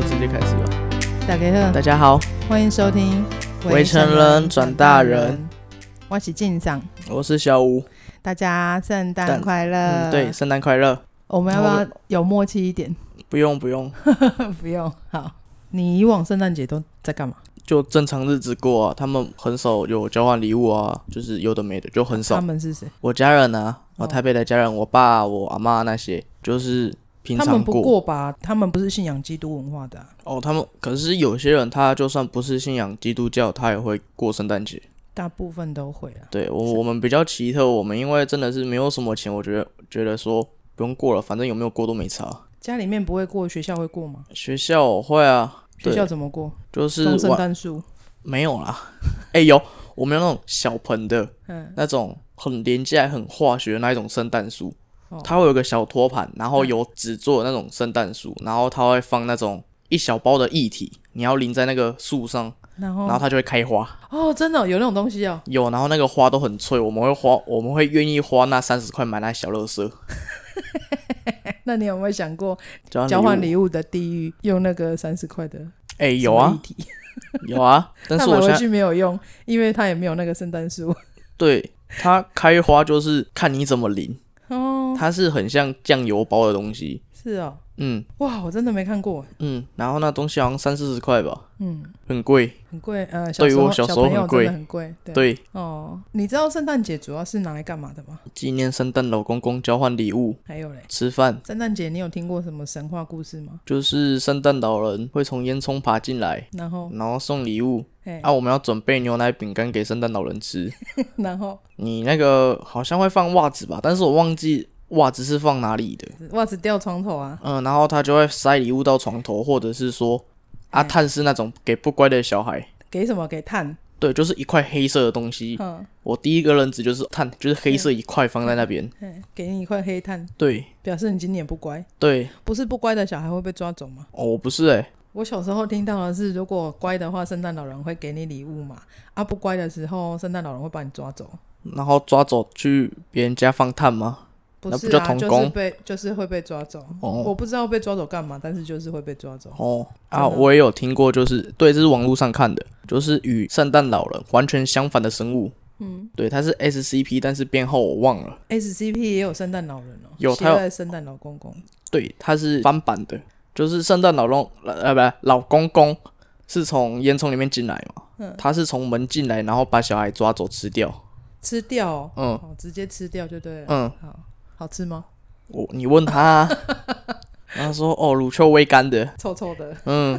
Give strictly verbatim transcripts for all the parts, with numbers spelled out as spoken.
就直接开始了。 大家好， 大家好， 欢迎收听微成人转大人， 我是静赏， 我是小吴， 大家圣诞快乐、 嗯。对，圣诞快乐。 我们要不要有默契一点？ 不用不用不用。好，你以往圣诞节都在干嘛？ 就正常日子过啊，他们很少有交换礼物啊，就是有的没的就很少。 他们是谁？ 我家人啊，我台北的家人，哦、我爸、我阿妈那些，就是平常过。 他们不过吧？他们不是信仰基督文化的、啊。 哦，他们可是有些人，他就算不是信仰基督教，他也会过圣诞节。 大部分都会啊。 对，我我们比较奇特，我们因为真的是没有什么钱，我觉得觉得说不用过了，反正有没有过都没差。 家里面不会过，学校会过吗？ 学校会啊。 学校怎么过？ 就是种圣诞树。 没有啦，哎、欸、有，我们有那种小盆的，嗯，那种很廉价、很化学的那一种圣诞树，哦、它会有个小托盘，然后有纸做的那种圣诞树，然后它会放那种一小包的液体，你要淋在那个树上，然后然后它就会开花。 哦，真的、哦、有那种东西哦？ 有，然后那个花都很脆，我们会花，我们会愿意花那三十块买那小垃圾。 那你有没有想过交换礼物的地狱用那个三十块的？ 哎、欸，有啊。有啊，但是我现在买回去没有用，因为它也没有那个圣诞树。 对，它开花就是看你怎么淋哦， 它是很像酱油包的东西。 是哦， 嗯， 哇，我真的没看过。 嗯，然后那东西好像三四十块吧， 嗯， 很贵， 很贵。呃，对于我小时候很贵， 很贵。对， 对哦，你知道圣诞节主要是拿来干嘛的吗？ 纪念圣诞老公公，交换礼物，还有嘞， 吃饭。 圣诞节你有听过什么神话故事吗？ 就是圣诞老人会从烟囱爬进来， 然后然后送礼物。啊，我们要准备牛奶饼干给圣诞老人吃。 然后你那个好像会放袜子吧，但是我忘记袜子是放哪里的。 袜子掉床头啊。 嗯，然后他就会塞礼物到床头，或者是说啊，炭是那种给不乖的小孩。 给什么？给炭？ 对，就是一块黑色的东西。嗯，我第一个认知就是炭，就是黑色一块放在那边。 嗯，给你一块黑炭。 对， 表示你今年不乖。 对， 不是不乖的小孩会被抓走吗？ 哦，我不是哎、欸。 我小时候听到的是，如果乖的话，圣诞老人会给你礼物嘛。啊，不乖的时候，圣诞老人会把你抓走。 然后抓走去别人家放炭吗？ 不是啊， 那不叫童工， 就是被就是会被抓走。哦，我不知道被抓走干嘛，但是就是会被抓走。 哦啊，我也有听过，就是对，这是网络上看的，就是与圣诞老人完全相反的生物。嗯，对，它是 S C P， 但是编号我忘了。 S C P 也有圣诞老人哦， 有，他有圣诞老公公。 对，他是翻版的。就是圣诞老公呃不老公公是从烟囱里面进来嘛，嗯，他是从门进来，然后把小孩抓走吃掉， 吃掉、哦， 嗯、 哦，直接吃掉就对了， 嗯， 好，好吃吗？ 我你问他、啊，他说哦乳臭未干的， 臭臭的， 嗯，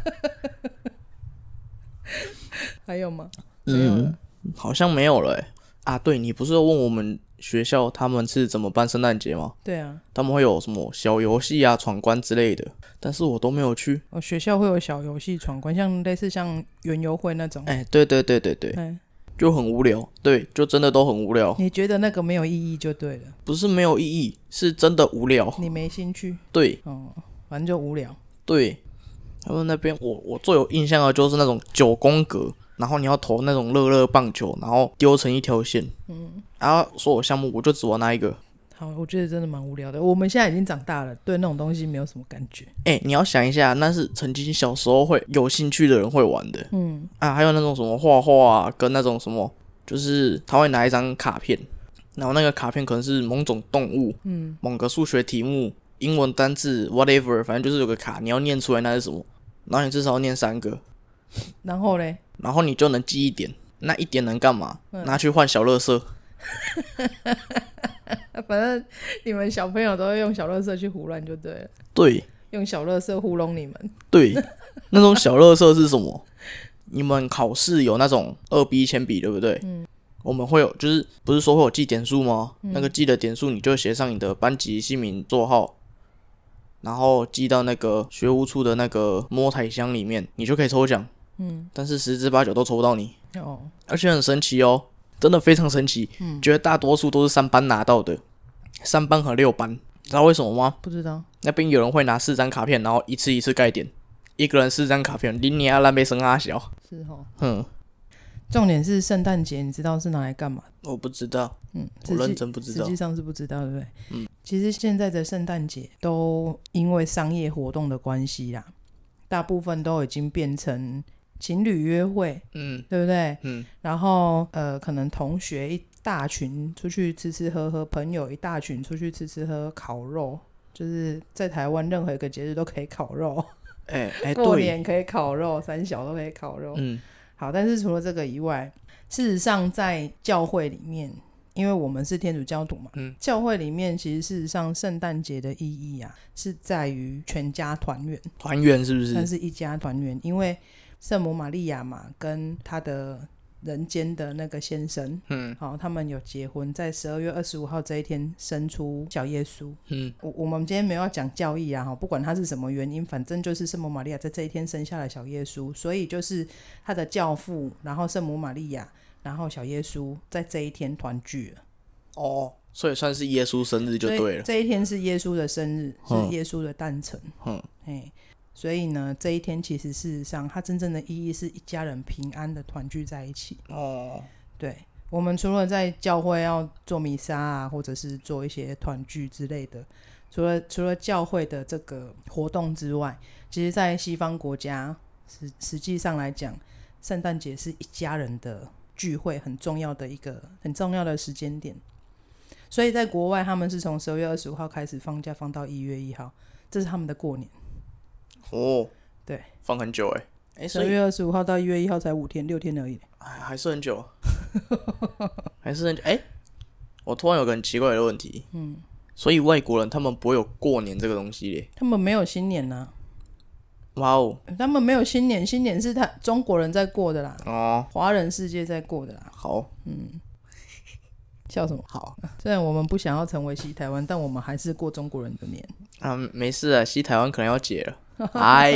还有吗？ 嗯，好像没有了欸。啊，对，你不是问我们学校他们是怎么办圣诞节吗？ 对啊， 他们会有什么小游戏啊、闯关之类的，但是我都没有去。 哦，学校会有小游戏闯关，像类似像园游会那种。 哎、欸，对对对对对，欸、就很无聊。对，就真的都很无聊。 你觉得那个没有意义就对了。 不是没有意义，是真的无聊。 你没兴趣。 对， 哦，反正就无聊。 对，他们那边我我最有印象的就是那种九宫格。然后你要投那种乐乐棒球，然后丢成一条线。嗯，然后所有项目我就只玩那一个。 好，我觉得真的蛮无聊的。我们现在已经长大了，对那种东西没有什么感觉。 哎、欸，你要想一下，那是曾经小时候会有兴趣的人会玩的。嗯，啊，还有那种什么画画啊，跟那种什么，就是他会拿一张卡片，然后那个卡片可能是某种动物，嗯，某个数学题目、英文单字 whatever， 反正就是有个卡，你要念出来那是什么，然后你至少要念三个。 然后嘞？ 然后你就能记一点，那一点能干嘛？嗯、拿去换小垃圾。 反正你们小朋友都会用小垃圾去胡乱就对了。 对， 用小垃圾糊弄你们。 对，那种小垃圾是什么？你们考试有那种二 B 铅笔对不对？嗯。我们会有，就是不是说会有记点数吗？嗯、那个记的点数你就写上你的班级姓名、座号，然后寄到那个学务处的那个摸台箱里面，你就可以抽奖。嗯，但是十之八九都抽不到你哦，而且很神奇哦，真的非常神奇。嗯，绝大多数都是三班拿到的，三班和六班，知道为什么吗？ 不知道。 那边有人会拿四张卡片，然后一次一次盖点，一个人四张卡片，你娘烂被生阿小。 是哦。 嗯， 重点是圣诞节，你知道是拿来干嘛？ 我不知道。嗯，我认真不知道。 实际上是不知道，对不对？嗯。其实现在的圣诞节都因为商业活动的关系啦。 大部分都已经变成情侣约会， 嗯， 对不对？ 嗯， 然后呃，可能同学一大群出去吃吃喝喝，朋友一大群出去吃吃喝，烤肉，就是在台湾任何一个节日都可以烤肉， 哎哎， 过对， 年可以烤肉，三小都可以烤肉。 嗯， 好，但是除了这个以外，事实上在教会里面，因为我们是天主教徒嘛， 嗯， 教会里面其实事实上圣诞节的意义啊，是在于全家团圆， 团圆是不是？ 但是一家团圆，因为圣母玛利亚嘛，跟她的人间的那个先生， 嗯， 好、他们有结婚，在十二月二十五号这一天生出小耶稣。 嗯， 我我们今天没有要讲教义啊，不管他是什么原因，反正就是圣母玛利亚在这一天生下了小耶稣，所以就是他的教父，然后圣母玛利亚，然后小耶稣在这一天团聚了。 哦，所以算是耶稣生日就对了。 这一天是耶稣的生日， 嗯是耶稣的诞辰。 嗯， 嘿，所以呢，这一天其实事实上，它真正的意义是一家人平安的团聚在一起。 哦， 对，我们除了在教会要做弥撒啊，或者是做一些团聚之类的，除了除了教会的这个活动之外，其实在西方国家实实际上来讲，圣诞节是一家人的聚会很重要的一个很重要的时间点。所以在国外他们是从十二月二十五号开始放假，放到一月一号，这是他们的过年。 哦， 对， 放很久哎、欸，哎、 十二月二十五号到一月一号才五天六天而已。 还还是很久，还是很久。哎、欸，我突然有个很奇怪的问题，嗯，所以外国人他们不会有过年这个东西嘞？ 他们没有新年啊。 哇哦， 他们没有新年，新年是他中国人在过的啦， 哦， 华人世界在过的啦。 好， 嗯，笑什么？ 好， 虽然我们不想要成为西台湾，但我们还是过中国人的年。 啊，没事啊，西台湾可能要解了。哎，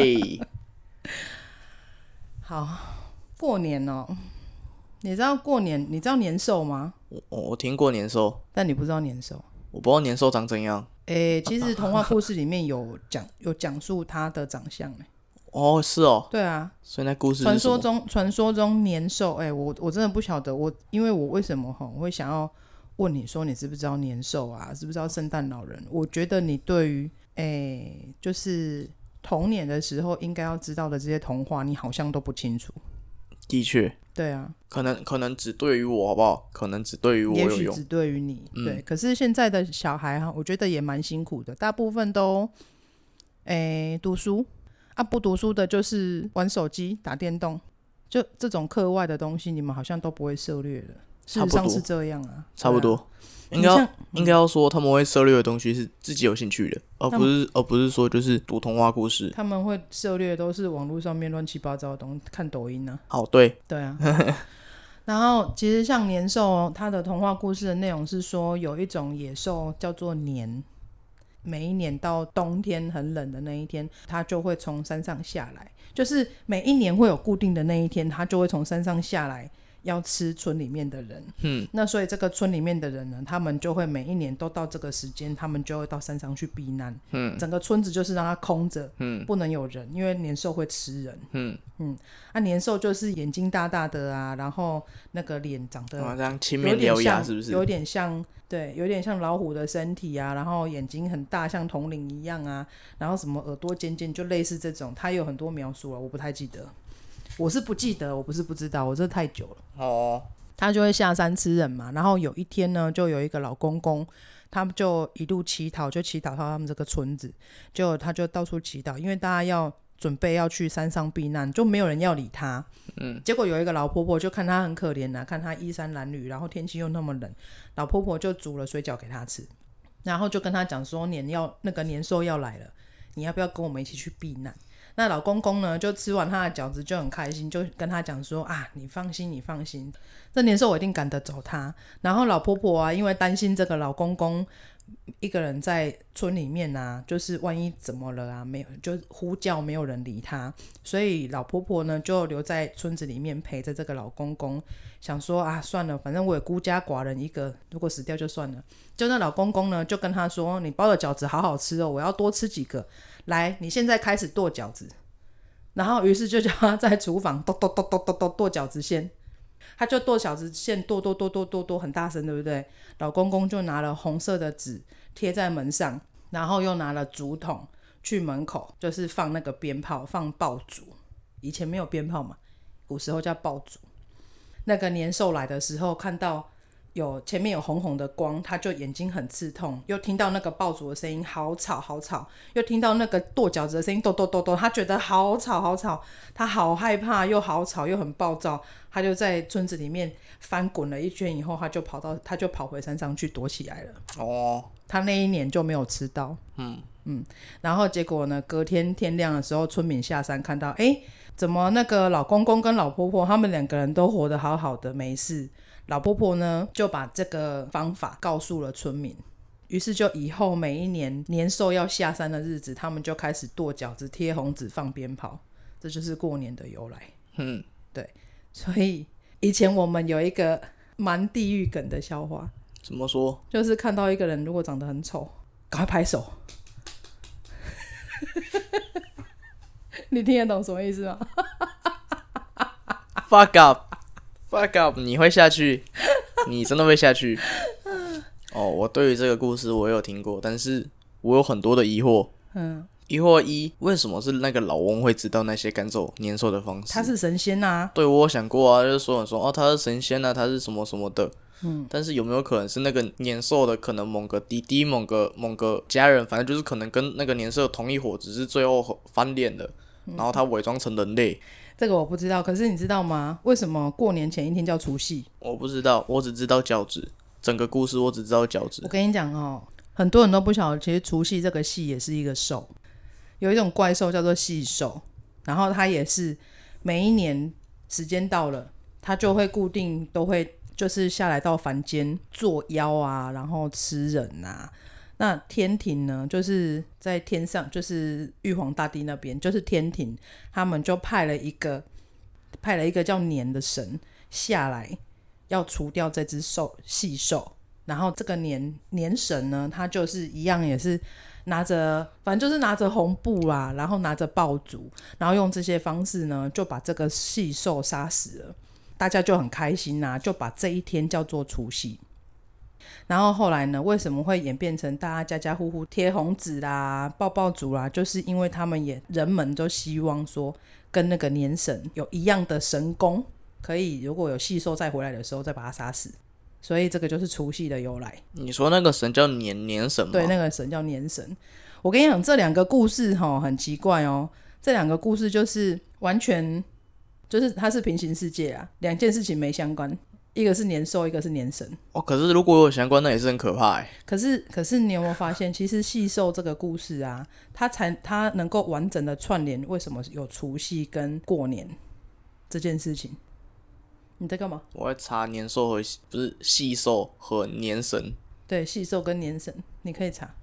好，过年哦，你知道过年，你知道年兽吗？ 我我听过年兽， 但你不知道年兽。 我不知道年兽长怎样。 诶，其实童话故事里面有讲有讲述它的长相诶。 哦，是哦， 对啊， 所以那故事是传说什么？ 中传说中年兽，哎、我我真的不晓得，我因为我为什么哈，我会想要问你说你知不知道年兽啊，知不知道圣诞老人？我觉得你对于哎、就是童年的时候应该要知道的这些童话，你好像都不清楚。 的确， 对啊， 可能可能只对于我好不好？可能只对于我有用也许只。对于你、 嗯对。可是现在的小孩哈，我觉得也蛮辛苦的，大部分都哎、读书啊，不读书的就是玩手机、打电动，就这种课外的东西，你们好像都不会涉猎了。事实上是这样啊， 差不多。 对啊应该要像应该要说他们会涉猎的东西是自己有兴趣的，而他不是而不是说就是读童话故事。 他们会涉猎都是网络上面乱七八糟的东西，看抖音啊， 好，对， 对啊。然后其实像年兽，它的童话故事的内容是说，有一种野兽叫做年，每一年到冬天很冷的那一天，它就会从山上下来，就是每一年会有固定的那一天，它就会从山上下来。要吃村里面的人， 嗯， 那所以这个村里面的人呢，他们就会每一年都到这个时间，他们就会到山上去避难， 嗯， 整个村子就是让它空着， 嗯， 不能有人，因为年兽会吃人， 嗯嗯，啊，年兽就是眼睛大大的啊，然后那个脸长得啊，这样青有面獠牙点像， 是不是？ 有点像，对，有点像老虎的身体啊，然后眼睛很大，像铜铃一样啊，然后什么耳朵尖尖，就类似这种，它有很多描述了，我不太记得，我是不记得，我不是不知道，我这太久了。 哦， 他就会下山吃人嘛，然后有一天呢，就有一个老公公，他们就一路乞讨，就乞讨到他们这个村子，就他就到处乞讨，因为大家要准备要去山上避难，就没有人要理他。嗯，结果有一个老婆婆就看他很可怜啊，看他衣衫褴褛，然后天气又那么冷，老婆婆就煮了水饺给他吃，然后就跟他讲说年要那个年兽要来了，你要不要跟我们一起去避难？那老公公呢，就吃完他的饺子就很开心，就跟他讲说啊，你放心，你放心，这年兽我一定赶得走他。然后老婆婆啊，因为担心这个老公公一个人在村里面啊，就是万一怎么了啊，没有就呼叫没有人理他，所以老婆婆呢就留在村子里面陪着这个老公公，想说啊，算了，反正我也孤家寡人一个，如果死掉就算了。就那老公公呢就跟他说，你包的饺子好好吃哦，我要多吃几个，来，你现在开始剁饺子。然后于是就叫他在厨房剁剁剁剁剁剁剁饺子馅，他就剁饺子馅，剁剁剁剁剁剁很大声，对不对？老公公就拿了红色的纸贴在门上，然后又拿了竹筒， 去门口，就是放那个鞭炮，放爆竹。以前没有鞭炮嘛，古时候叫爆竹。那个年兽来的时候，看到有前面有红红的光，他就眼睛很刺痛，又听到那个爆竹的声音，好吵好吵，又听到那个跺脚子的声音，咚咚咚咚，他觉得好吵好吵，他好害怕，又好吵又很暴躁，他就在村子里面翻滚了一圈以后，他就跑到他就跑回山上去躲起来了。 哦， 他那一年就没有吃到。 嗯嗯，然后结果呢，隔天天亮的时候，村民下山看到，哎，怎么那个老公公跟老婆婆他们两个人都活得好好的，没事。老婆婆呢就把这个方法告诉了村民，于是就以后每一年年兽要下山的日子，他们就开始跺脚子、贴红纸、放鞭炮，这就是过年的由来。 嗯， 对，所以以前我们有一个蛮地狱梗的笑话， 怎么说？ 就是看到一个人如果长得很丑，赶快拍手。你听得懂什么意思吗 ？Fuck up。Fuck up！ 你会下去，你真的会下去。哦，我对于这个故事我有听过，但是我有很多的疑惑。嗯，疑惑一，为什么是那个老翁会知道那些赶走年兽的方式？ 他是神仙啊。 对，我有想过啊，就是说说哦，他是神仙啊，他是什么什么的。嗯，但是有没有可能是那个年兽的可能某个弟弟、某个某个家人，反正就是可能跟那个年兽同一伙，只是最后翻脸了，然后他伪装成人类。 这个我不知道，可是你知道吗？为什么过年前一天叫除夕？ 我不知道，我只知道饺子。整个故事我只知道饺子。 我跟你讲哦，很多人都不晓得，其实除夕这个夕也是一个兽，有一种怪兽叫做夕兽，然后它也是每一年时间到了，它就会固定都会就是下来到凡间作妖啊，然后吃人啊。那天庭呢，就是在天上，就是玉皇大帝那边，就是天庭，他们就派了一个派了一个叫年的神下来，要除掉这只兽细兽。然后这个年年神呢，他就是一样，也是拿着，反正就是拿着红布啦，然后拿着爆竹，然后用这些方式呢，就把这个细兽杀死了。大家就很开心啊，就把这一天叫做除夕。然后后来呢，为什么会演变成大家家家户户贴红纸啦、爆爆竹啦？就是因为他们也人们都希望说跟那个年神有一样的神功，可以如果有细兽再回来的时候再把它杀死，所以这个就是除夕的由来。 你说那个神叫年年神吗？ 对，那个神叫年神。我跟你讲，这两个故事齁很奇怪哦，这两个故事就是完全就是它是平行世界啊，两件事情没相关。一个是年兽，一个是年神。 哦，可是如果有相关，那也是很可怕哎。 可是，可是你有没有发现，其实细兽这个故事啊，它才它能够完整的串联，为什么有除夕跟过年这件事情？你在干嘛？ 我在查年兽和不是细兽和年神。 对，细兽跟年神，你可以查。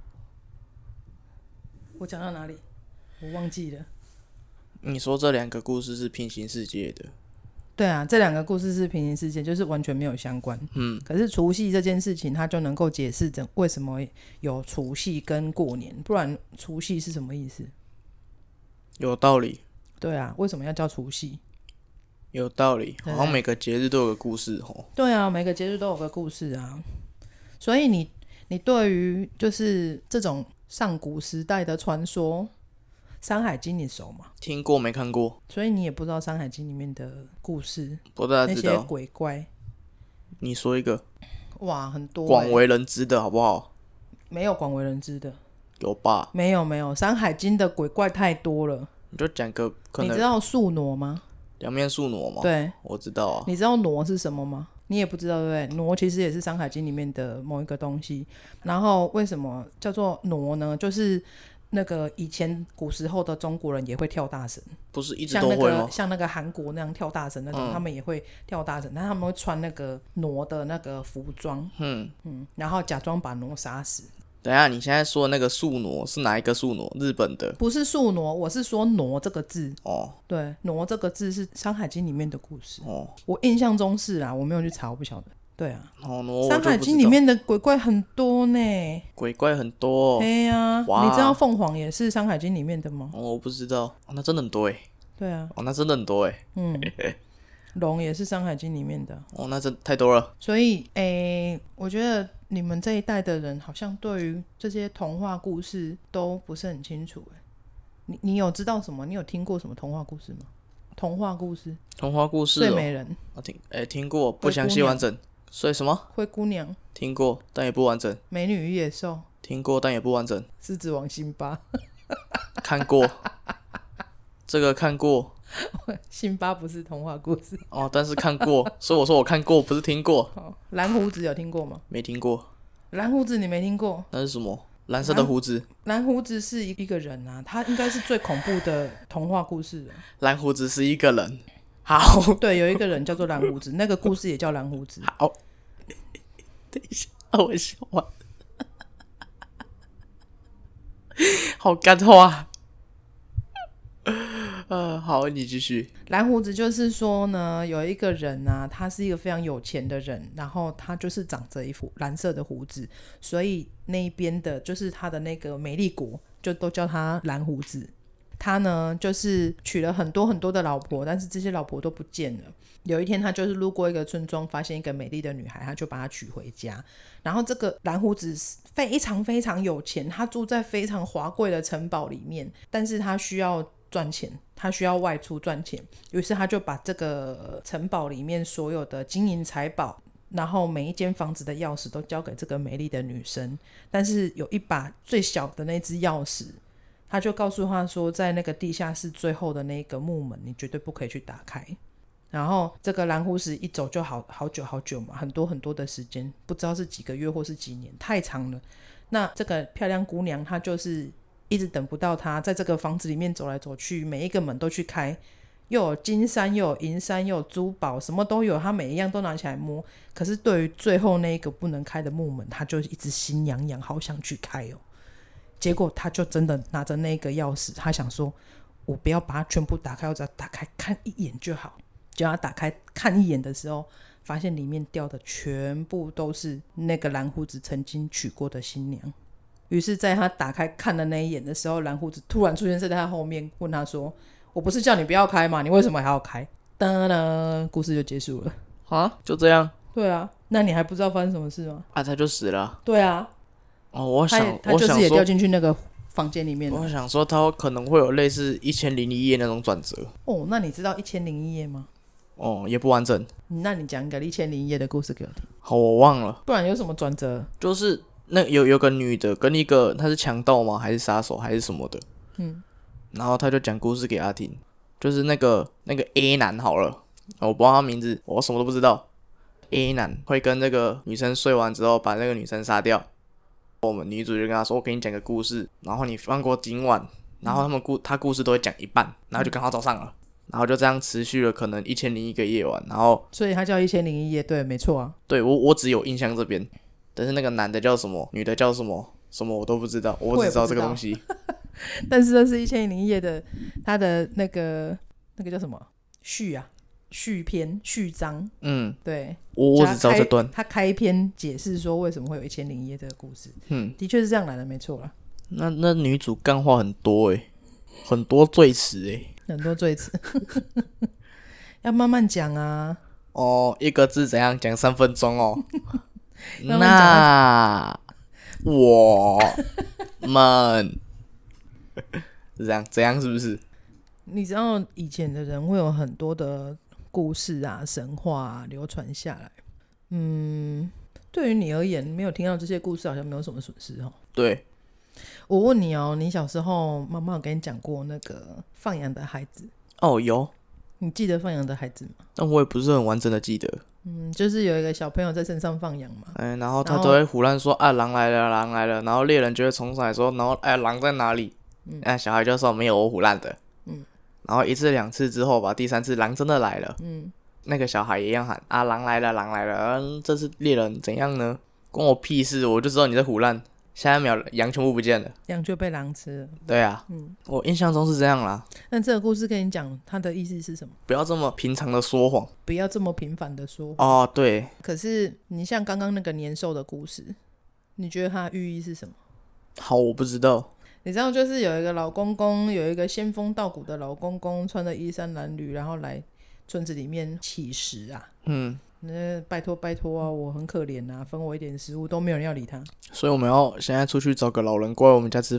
我讲到哪里？我忘记了。 你说这两个故事是平行世界的？ 对啊，这两个故事是平行世界，就是完全没有相关。嗯，可是除夕这件事情，它就能够解释为什么有除夕跟过年，不然除夕是什么意思？ 有道理。 对啊，为什么要叫除夕？ 有道理，好像每个节日都有个故事吼。 对啊，每个节日都有个故事啊。所以你你对于就是这种上古时代的传说，山海经你熟吗？ 听过没看过， 所以你也不知道山海经里面的故事， 不大知道那些鬼怪。 你说一个。 哇，很多、欸、 广为人知的好不好？ 没有广为人知的。 有吧？ 没有没有，山海经的鬼怪太多了。 你就讲个可能。 你知道宿傩吗？ 两面宿傩吗？ 对， 我知道啊。 你知道傩是什么吗？你也不知道对不对？傩其实也是山海经里面的某一个东西。然后为什么叫做傩呢？就是那个以前古时候的中国人也会跳大神， 不是一直都会吗？ 像那个像那个韩国那样跳大神那种、嗯，他们也会跳大神，但他们会穿那个傩的那个服装，嗯嗯，然后假装把傩杀死。 等一下，你现在说的那个宿傩是哪一个宿傩？日本的？ 不是宿傩，我是说傩这个字。 哦， 对，傩这个字是山海经里面的故事。哦，我印象中是啊，我没有去查，我不晓得。对啊， 哦， 山海经里面的鬼怪很多呢， 鬼怪很多、哦。 对啊，你知道凤凰也是山海经里面的吗？ 哦，我不知道，哦、那真的很多哎。 对啊， 哦，那真的很多哎。 嗯，龙也是山海经里面的。 哦，那真太多了。 所以，诶，我觉得你们这一代的人好像对于这些童话故事都不是很清楚哎。 你你有知道什么？你有听过什么童话故事吗？童话故事， 童话故事、哦、 睡美人， 我听哎、欸、听过，不详细完整。所以什么？ 灰姑娘， 听过，但也不完整。 美女与野兽， 听过，但也不完整。 狮子王辛巴， 看过，这个看过。 辛巴不是童话故事哦，但是看过，所以我说我看过，不是听过。 蓝胡子有听过吗？ 没听过。 蓝胡子你没听过？ 那是什么？蓝色的胡子。 蓝胡子是一个人啊，他应该是最恐怖的童话故事了。 蓝胡子是一个人。好， 对，有一个人叫做蓝胡子，那个故事也叫蓝胡子。 好，等一下，我笑完。好干话。呃，好，你继续。 蓝胡子就是说呢，有一个人啊，他是一个非常有钱的人，然后他就是长着一副蓝色的胡子，所以那边的就是他的那个美丽国就都叫他蓝胡子。他呢就是娶了很多很多的老婆，但是这些老婆都不见了。有一天他就是路过一个村庄，发现一个美丽的女孩，他就把她娶回家。然后这个蓝胡子非常非常有钱，他住在非常华贵的城堡里面，但是他需要赚钱，他需要外出赚钱，于是他就把这个城堡里面所有的金银财宝，然后每一间房子的钥匙都交给这个美丽的女生，但是有一把最小的那只钥匙，他就告诉他说，在那个地下室最后的那个木门，你绝对不可以去打开。然后这个蓝胡子一走就好好久好久嘛，很多很多的时间，不知道是几个月或是几年，太长了。那这个漂亮姑娘她就是一直等不到他，在这个房子里面走来走去，每一个门都去开，又有金山又有银山又有珠宝，什么都有，他每一样都拿起来摸。可是对于最后那一个不能开的木门，他就一直心痒痒，好想去开哦。结果他就真的拿着那个钥匙，他想说我不要把它全部打开，我只要打开看一眼就好。就要打开看一眼的时候，发现里面掉的全部都是那个蓝胡子曾经娶过的新娘。于是在他打开看的那一眼的时候，蓝胡子突然出现在他后面，问他说，我不是叫你不要开吗？你为什么还要开？噔噔，故事就结束了。 啊，就这样？ 对啊，那你还不知道发生什么事吗？ 啊，他就死了。 对啊。 哦，我想他, 他就是也掉进去那个房间里面。 我想说他可能会有类似一千零一夜那种转折。 哦，那你知道一千零一夜吗？ 哦，也不完整。 那你讲一个一千零一夜的故事给我听。 好，我忘了。 不然有什么转折？ 就是那有有个女的跟一个，她是强盗吗？还是杀手还是什么的？嗯。然后他就讲故事给她听，就是那个那个 A 男好了，我不知道他名字，我什么都不知道。A 男会跟那个女生睡完之后把那个女生杀掉。我们女主就跟他说：“我给你讲个故事，然后你放过今晚。”然后他们故他故事都会讲一半，然后就刚好早上了。然后就这样持续了可能一千零一个夜晚，然后所以他叫一千零一夜，对，没错啊。 对，我我只有印象这边，但是那个男的叫什么，女的叫什么，什么我都不知道，我只知道这个东西。 但是这是一千零一夜的，他的那个那个叫什么序啊，序篇序章。嗯，对， 我我只知道这段。 他开篇解释说为什么会有一千零一夜这个故事。嗯，的确是这样来的，没错啦。 那那女主干话很多诶、欸，很多赘词诶。 很多赘词要慢慢讲啊。 哦，一个字怎样讲三分钟哦。那我们是这样，怎样是不是？ 你知道以前的人会有很多的故事啊、神话啊流传下来。嗯，对于你而言，没有听到这些故事，好像没有什么损失哦。 对。 我问你哦，你小时候妈妈有跟你讲过那个放羊的孩子？ 哦，有。 你记得放羊的孩子吗？ 但我也不是很完整的记得。 嗯，就是有一个小朋友在山上放羊嘛， 哎，然后他都会胡乱说啊，狼来了，狼来了，然后猎人就会冲上来说，然后哎，狼在哪里？嗯，哎，小孩就说没有，我胡乱的。嗯，然后一次两次之后吧，第三次狼真的来了。嗯，那个小孩也一样喊啊，狼来了，狼来了，嗯，这是猎人怎样呢？关我屁事，我就知道你在胡乱。下一秒羊全部不见了， 羊就被狼吃了。 对啊，嗯，我印象中是这样啦。 那这个故事跟你讲，它的意思是什么？ 不要这么平常的说谎， 不要这么频繁的说谎。 哦，对。 可是你像刚刚那个年兽的故事，你觉得它的寓意是什么？ 好，我不知道。 你知道，就是有一个老公公，有一个仙风道骨的老公公，穿着衣衫褴褛，然后来村子里面乞食啊。嗯。那拜托拜托啊，我很可怜啊，分我一点食物，都没有人要理他。 所以我们要现在出去找个老人过来我们家吃饭。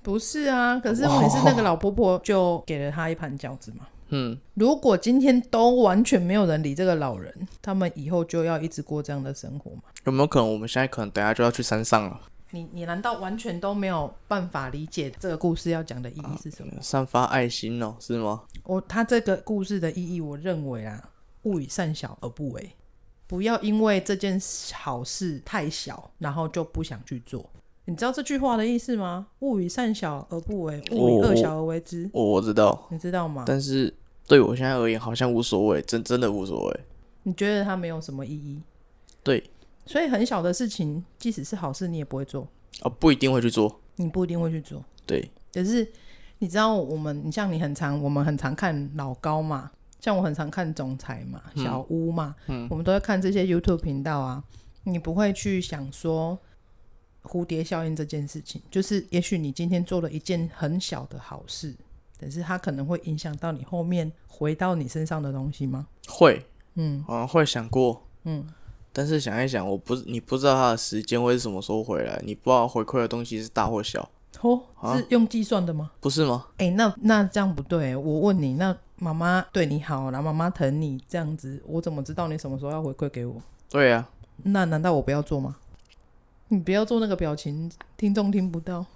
不是啊，可是问题是那个老婆婆就给了他一盘饺子嘛。 嗯， 如果今天都完全没有人理这个老人，他们以后就要一直过这样的生活吗？ 有没有可能我们现在可能等一下就要去山上了？ 你你难道完全都没有办法理解这个故事要讲的意义是什么？ 啊、散发爱心哦，是吗？ 我他这个故事的意义，我认为啊，勿以善小而不为，不要因为这件好事太小，然后就不想去做。你知道这句话的意思吗？勿以善小而不为，勿以恶小而为之。 我我知道， 你知道吗？ 但是对我现在而言好像无所谓，真真的无所谓。 你觉得它没有什么意义？ 对， 所以很小的事情，即使是好事，你也不会做啊，不一定会去做。 你不一定会去做。 对， 可是你知道我们，你像你很常，我们很常看老高嘛，像我很常看总裁嘛、小屋嘛，嗯、我们都会看这些 YouTube 频道啊。你不会去想说蝴蝶效应这件事情，就是也许你今天做了一件很小的好事，但是它可能会影响到你后面回到你身上的东西吗？ 会， 嗯， 啊，会想过， 嗯， 但是想一想，我不你不知道它的时间会是什么时候回来，你不知道回馈的东西是大或小。 哦，是用计算的吗？ 不是吗？ 哎、欸，那那这样不对。我问你，那妈妈对你好，然后妈妈疼你，这样子，我怎么知道你什么时候要回馈给我？ 对啊， 那难道我不要做吗？你不要做那个表情，听众听不到。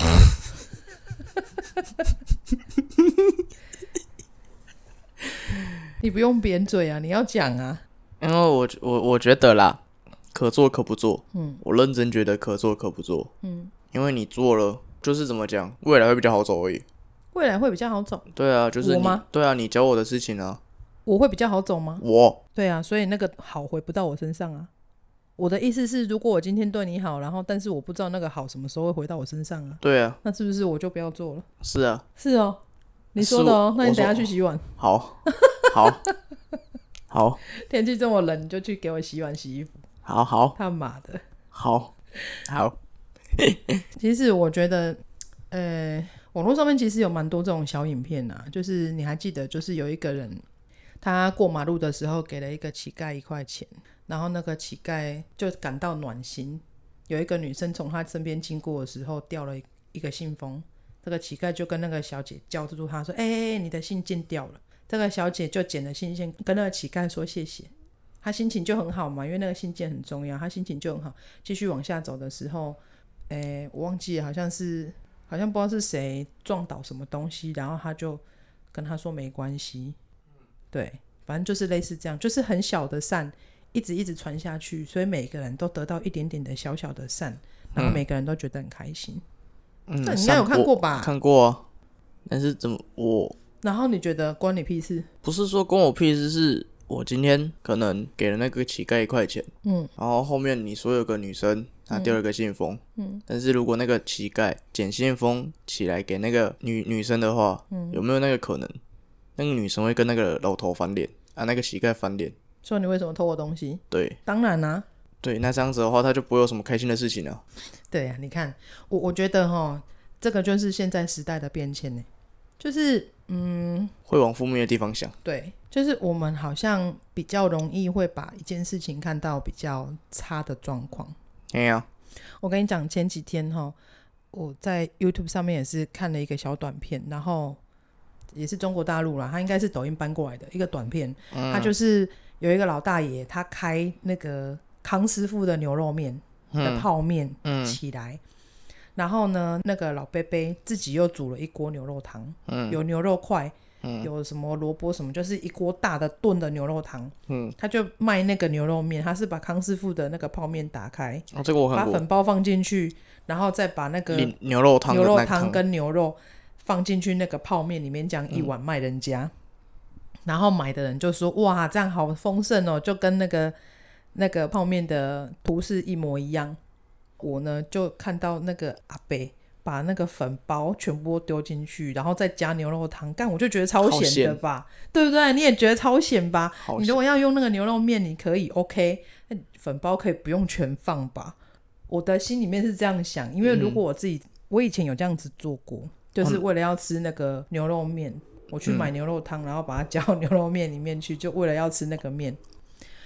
你不用扁嘴啊，你要讲啊。 因为我我我觉得啦，可做可不做。 嗯， 我认真觉得可做可不做。 嗯，因为你做了，就是怎么讲，未来会比较好走而已。 未来会比较好走？ 对啊，就是你我吗？ 对啊，你教我的事情啊。 我会比较好走吗？ 我。 对啊，所以那个好回不到我身上啊。我的意思是，如果我今天对你好，然后但是我不知道那个好什么时候会回到我身上啊。 对啊， 那是不是我就不要做了？ 是啊， 是哦，你说的哦。那你等一下去洗碗。 好，好，好。 天气这么冷，你就去给我洗碗洗衣服。 好好。 他妈的。 好，好。 其实我觉得，呃，网络上面其实有蛮多这种小影片啊，就是你还记得，就是有一个人他过马路的时候给了一个乞丐一块钱。然后那个乞丐就感到暖心，有一个女生从他身边经过的时候掉了一个信封，这个乞丐就跟那个小姐叫住他说：哎、欸欸，你的信件掉了。这个小姐就捡了信件跟那个乞丐说谢谢，他心情就很好嘛，因为那个信件很重要，他心情就很好。继续往下走的时候，欸、我忘记了，好像是好像不知道是谁撞倒什么东西，然后他就跟他说没关系。对，反正就是类似这样，就是很小的善一直一直传下去，所以每个人都得到一点点的小小的善，然后每个人都觉得很开心。嗯，这你应该有看过吧？ 看过啊，但是怎么我？ 然后你觉得关你屁事？ 不是说关我屁事，是我今天可能给了那个乞丐一块钱，嗯，然后后面你说有个女生她丢了个信封，嗯，但是如果那个乞丐捡信封起来给那个女女生的话，嗯，有没有那个可能，那个女生会跟那个老头翻脸啊，那个乞丐翻脸？ 说你为什么偷我东西？ 对， 当然啊。 对，那这样子的话，他就不会有什么开心的事情了。 对啊，你看，我我觉得齁，这个就是现在时代的变迁呢，就是嗯， 会往负面的地方想。 对，就是我们好像比较容易会把一件事情看到比较差的状况。 对啊， 我跟你讲，前几天齁，我在 YouTube 上面也是看了一个小短片，然后也是中国大陆啦，它应该是抖音搬过来的一个短片，嗯，它就是有一个老大爷，他开那个康师傅的牛肉面的泡面起来，嗯，然后呢，那个老伯伯自己又煮了一锅牛肉汤，嗯，有牛肉块，嗯，有什么萝卜什么，就是一锅大的炖的牛肉汤，嗯，他就卖那个牛肉面，他是把康师傅的那个泡面打开， 哦，这个我看过， 把粉包放进去，然后再把那个牛肉汤牛肉汤跟牛肉放进去那个泡面里面，这样一碗卖人家，嗯，然后买的人就说哇这样好丰盛哦，就跟那个那个泡面的图示一模一样。我呢就看到那个阿伯把那个粉包全部丢进去，然后再加牛肉汤，干我就觉得超咸的吧，对不对？你也觉得超咸吧？你如果要用那个牛肉面你可以 OK， 粉包可以不用全放吧。我的心里面是这样想，因为如果我自己，嗯，我以前有这样子做过，就是为了要吃那个牛肉面，嗯，我去买牛肉汤，然后把它加到牛肉面里面去，就为了要吃那个面。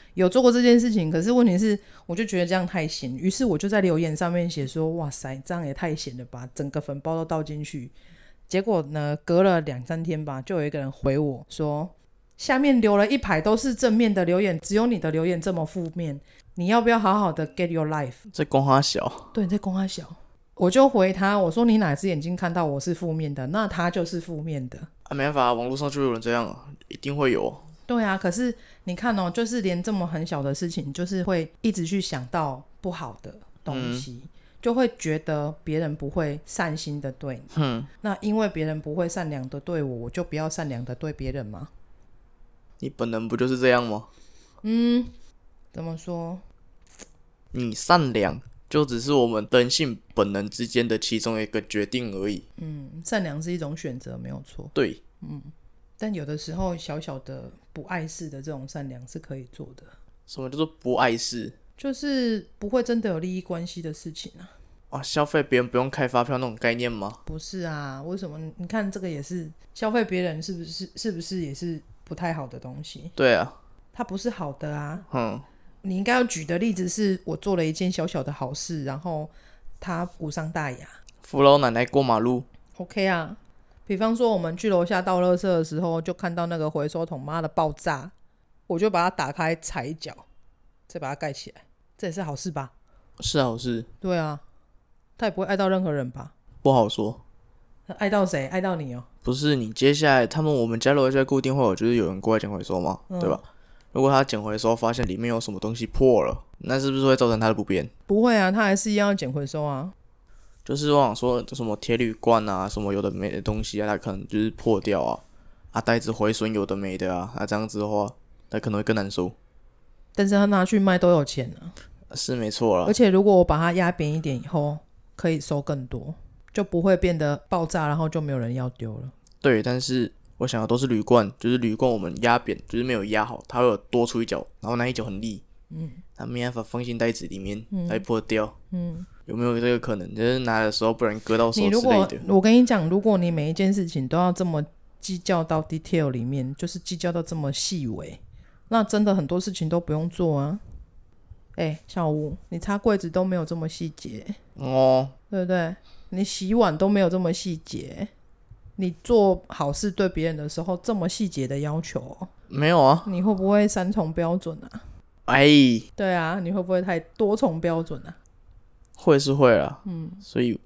有做过这件事情，可是问题是我就觉得这样太咸，于是我就在留言上面写说哇塞这样也太咸了吧，整个粉包都倒进去。结果呢隔了两三天吧，就有一个人回我说下面留了一排都是正面的留言，只有你的留言这么负面，你要不要好好的 get your life。 在公他小， 对，在公他小。我就回他我说你哪只眼睛看到我是负面的，那他就是负面的啊，没办法，网络上就有人这样啊，一定会有。 对啊，可是你看哦，就是连这么很小的事情，就是会一直去想到不好的东西、嗯、就会觉得别人不会善心的对你、嗯、那因为别人不会善良的对我，我就不要善良的对别人吗？ 你本人不就是这样吗？ 嗯，怎么说？ 你善良就只是我们人性本能之间的其中一个决定而已。 嗯，善良是一种选择，没有错。 对， 嗯，但有的时候小小的不碍事的这种善良是可以做的。 什么叫做不碍事？ 就是不会真的有利益关系的事情啊。 啊，消费别人不用开发票那种概念吗？ 不是啊，为什么？你看这个也是消费别人，是不是是不是也是不太好的东西？ 对啊，它不是好的啊。 嗯， 你应该要举的例子是我做了一件小小的好事，然后它无伤大雅。 扶老奶奶过马路 OK 啊。比方说我们去楼下倒垃圾的时候，就看到那个回收桶妈的爆炸，我就把它打开踩一脚，再把它盖起来，这也是好事吧？ 是好事。 对啊，他也不会爱到任何人吧？ 不好说。 爱到谁？爱到你哦。 不是，你接下来他们我们家楼下固定会有就是有人过来捡回收嘛、嗯、对吧？如果他捡回收发现里面有什么东西破了，那是不是会造成他的不便？ 不会啊，他还是一样要捡回收啊。 就是我想说什么铁铝罐啊，什么有的没的东西啊，它可能就是破掉啊，啊袋子毁损有的没的啊，那、啊、这样子的话，它可能会更难收。 但是他拿去卖都有钱啊。 是没错啦。 而且如果我把它压扁一点以后，可以收更多，就不会变得爆炸，然后就没有人要丢了。 对，但是我想的都是铝罐，就是铝罐我们压扁，就是没有压好，它会有多出一角，然后那一角很利，嗯，它没办法放进袋子里面，它会破掉，嗯，有没有这个可能？就是拿的时候不然割到手之类的。你如果我跟你讲，如果你每一件事情都要这么计较到 detail 里面，就是计较到这么细微，那真的很多事情都不用做啊。哎、欸，小吴，你擦柜子都没有这么细节哦，对不对？你洗碗都没有这么细节，你做好事对别人的时候这么细节的要求、哦、 没有啊？ 你会不会三重标准啊？ 哎， 对啊，你会不会太多重标准啊？ 会是会啦，嗯，所以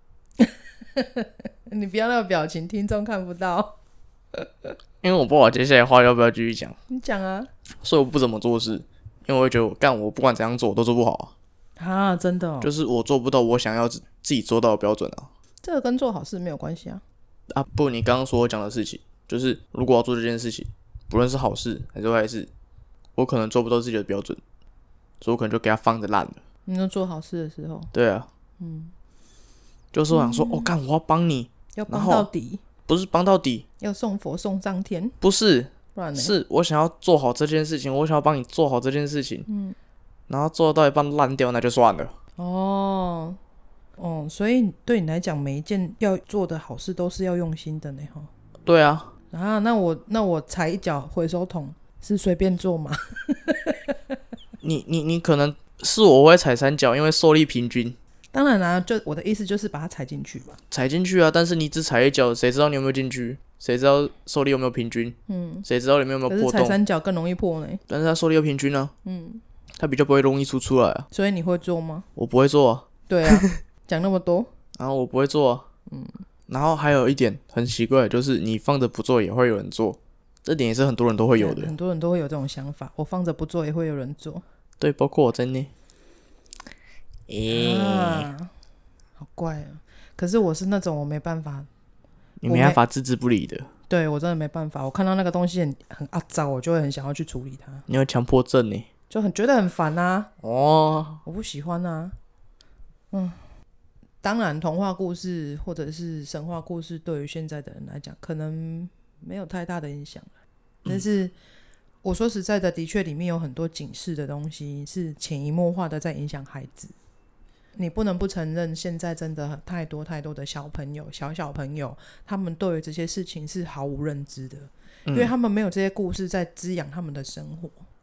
你不要那个表情，听众看不到。 因为我不知道接下来话要不要继续讲。 你讲啊。 所以我不怎么做事，因为我会觉得我干我不管怎样做我都做不好啊。啊，真的哦。 就是我做不到我想要自己做到的标准啊。 这个跟做好事没有关系啊。 啊不，你刚刚说我讲的事情，就是如果要做这件事情，不论是好事还是坏事，我可能做不到自己的标准，所以我可能就给它放着烂了。 你能做好事的时候？ 对啊，嗯，就是我想说，我、嗯哦、干，我要帮你， 要帮到底， 不是帮到底， 要送佛送上天， 不是，是我想要做好这件事情，我想要帮你做好这件事情，嗯，然后做到一半烂掉，那就算了。 哦，哦，所以对你来讲，每一件要做的好事都是要用心的呢，哈。 对啊。 啊，那我那我踩一脚回收桶是随便做吗？ 你你你可能是我会踩三脚，因为受力平均。 当然啦、啊，就我的意思就是把它踩进去嘛。 踩进去啊，但是你只踩一脚，谁知道你有没有进去？谁知道受力有没有平均？嗯，谁知道里面有没有破洞？ 可是踩三脚更容易破呢。 但是它受力要平均啊。嗯，它比较不会容易出出来啊。 所以你会做吗？ 我不会做啊。 对啊，讲那么多。 然后我不会做啊。嗯。然后还有一点很奇怪，就是你放着不做也会有人做，这点也是很多人都会有的。 很多人都会有这种想法，我放着不做也会有人做。 对，包括我在内。欸、 啊，好怪啊！可是我是那种我没办法， 你没办法置之不理的。 对，我真的没办法，我看到那个东西很很肮脏，我就会很想要去处理它。 你有强迫症呢？ 就很觉得很烦啊。哦，我不喜欢啊。嗯。当然童话故事或者是神话故事对于现在的人来讲可能没有太大的影响，但是我说实在的，的确里面有很多警示的东西是潜移默化的在影响孩子。你不能不承认现在真的太多太多的小朋友小小朋友他们对于这些事情是毫无认知的、嗯、因为他们没有这些故事在滋养他们的生活。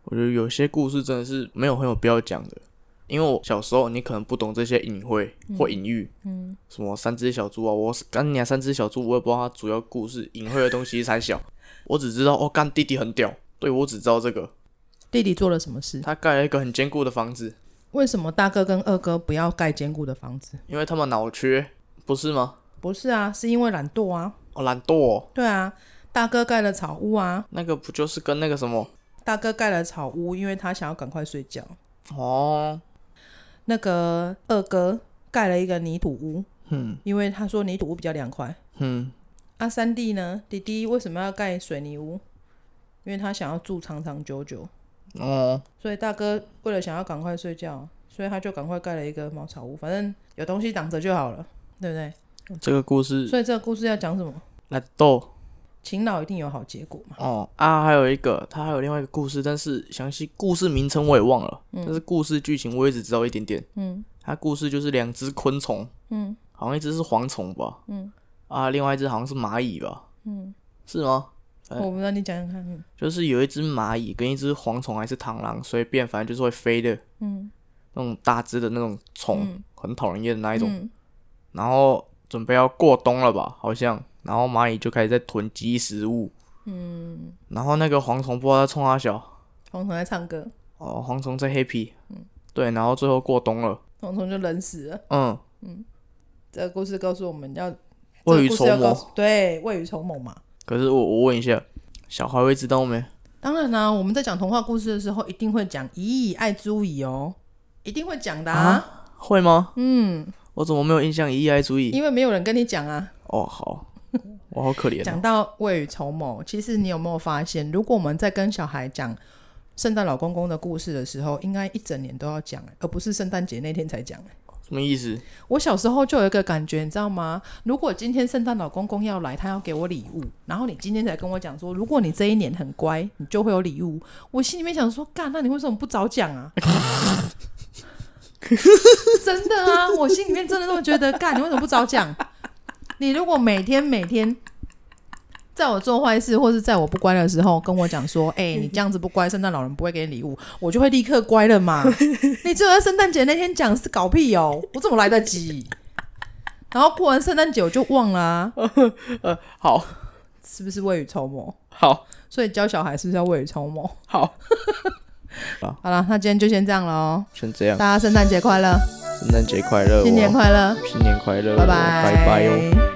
我觉得有些故事真的是没有很有必要讲的，因为我小时候你可能不懂这些隐晦或隐喻，嗯，什么三只小猪啊，我干你啊三只小猪，我也不知道它主要故事隐晦的东西才小，我只知道哦干弟弟很屌，对我只知道这个。 弟弟做了什么事？ 他盖了一个很坚固的房子。 为什么大哥跟二哥不要盖坚固的房子？ 因为他们脑缺，不是吗？ 不是啊，是因为懒惰啊。 哦，懒惰哦。 对啊，大哥盖了草屋啊。 那个不就是跟那个什么？ 大哥盖了草屋，因为他想要赶快睡觉。 哦。 那个二哥盖了一个泥土屋， 嗯， 因为他说泥土屋比较凉快。嗯。啊，三弟呢？弟弟为什么要盖水泥屋？因为他想要住长长久久。哦，所以大哥为了想要赶快睡觉，所以他就赶快盖了一个茅草屋，反正有东西挡着就好了，对不对？ 这个故事， 所以这个故事要讲什么？ 懒惰， 勤劳一定有好结果嘛。 哦啊，还有一个，他还有另外一个故事，但是详细故事名称我也忘了，嗯、但是故事剧情我也只知道一点点。嗯，他故事就是两只昆虫，嗯，好像一只是蝗虫吧，嗯，啊，另外一只好像是蚂蚁吧，嗯，是吗？ 我不知道，你讲讲看。嗯、 就是有一只蚂蚁跟一只蝗虫还是螳螂随便，反正就是会飞的，嗯，那种大只的那种虫，嗯、很讨人厌的那一种。嗯、然后准备要过冬了吧，好像，然后蚂蚁就开始在囤积食物，嗯，然后那个蝗虫不知道在冲啥小， 蝗虫在唱歌， 哦，蝗虫在 happy，嗯，对，然后最后过冬了， 蝗虫就冷死了，嗯嗯，这个故事告诉我们要未雨绸缪， 对，未雨绸缪嘛。 可是我我问一下，小孩会知道没？ 当然啦、啊，我们在讲童话故事的时候，一定会讲乙乙爱猪乙哦，一定会讲的 啊, 啊？会吗？嗯，我怎么没有印象乙乙爱猪乙？ 因为没有人跟你讲啊。 哦，好，我好可怜、哦。 讲到未雨绸缪，其实你有没有发现，如果我们在跟小孩讲圣诞老公公的故事的时候，应该一整年都要讲，而不是圣诞节那天才讲。 什么意思？ 我小时候就有一个感觉，你知道吗？如果今天圣诞老公公要来，他要给我礼物，然后你今天才跟我讲说，如果你这一年很乖，你就会有礼物。我心里面想说，干，那你为什么不早讲啊？真的啊，我心里面真的这么觉得，干，你为什么不早讲？你如果每天每天在我做坏事或是在我不乖的时候跟我讲说，哎、欸，你这样子不乖，圣诞老人不会给你礼物，我就会立刻乖了嘛。你只有在圣诞节那天讲是搞屁哦，我怎么来得及？然后过完圣诞节我就忘了啊。 呃，好， 是不是未雨绸缪？ 好， 所以教小孩是不是要未雨绸缪？ 好。 好了，那今天就先这样了哦。 先这样， 大家圣诞节快乐！ 圣诞节快乐、哦！ 新年快乐！ 新年快乐！ 拜拜！ 拜拜哦。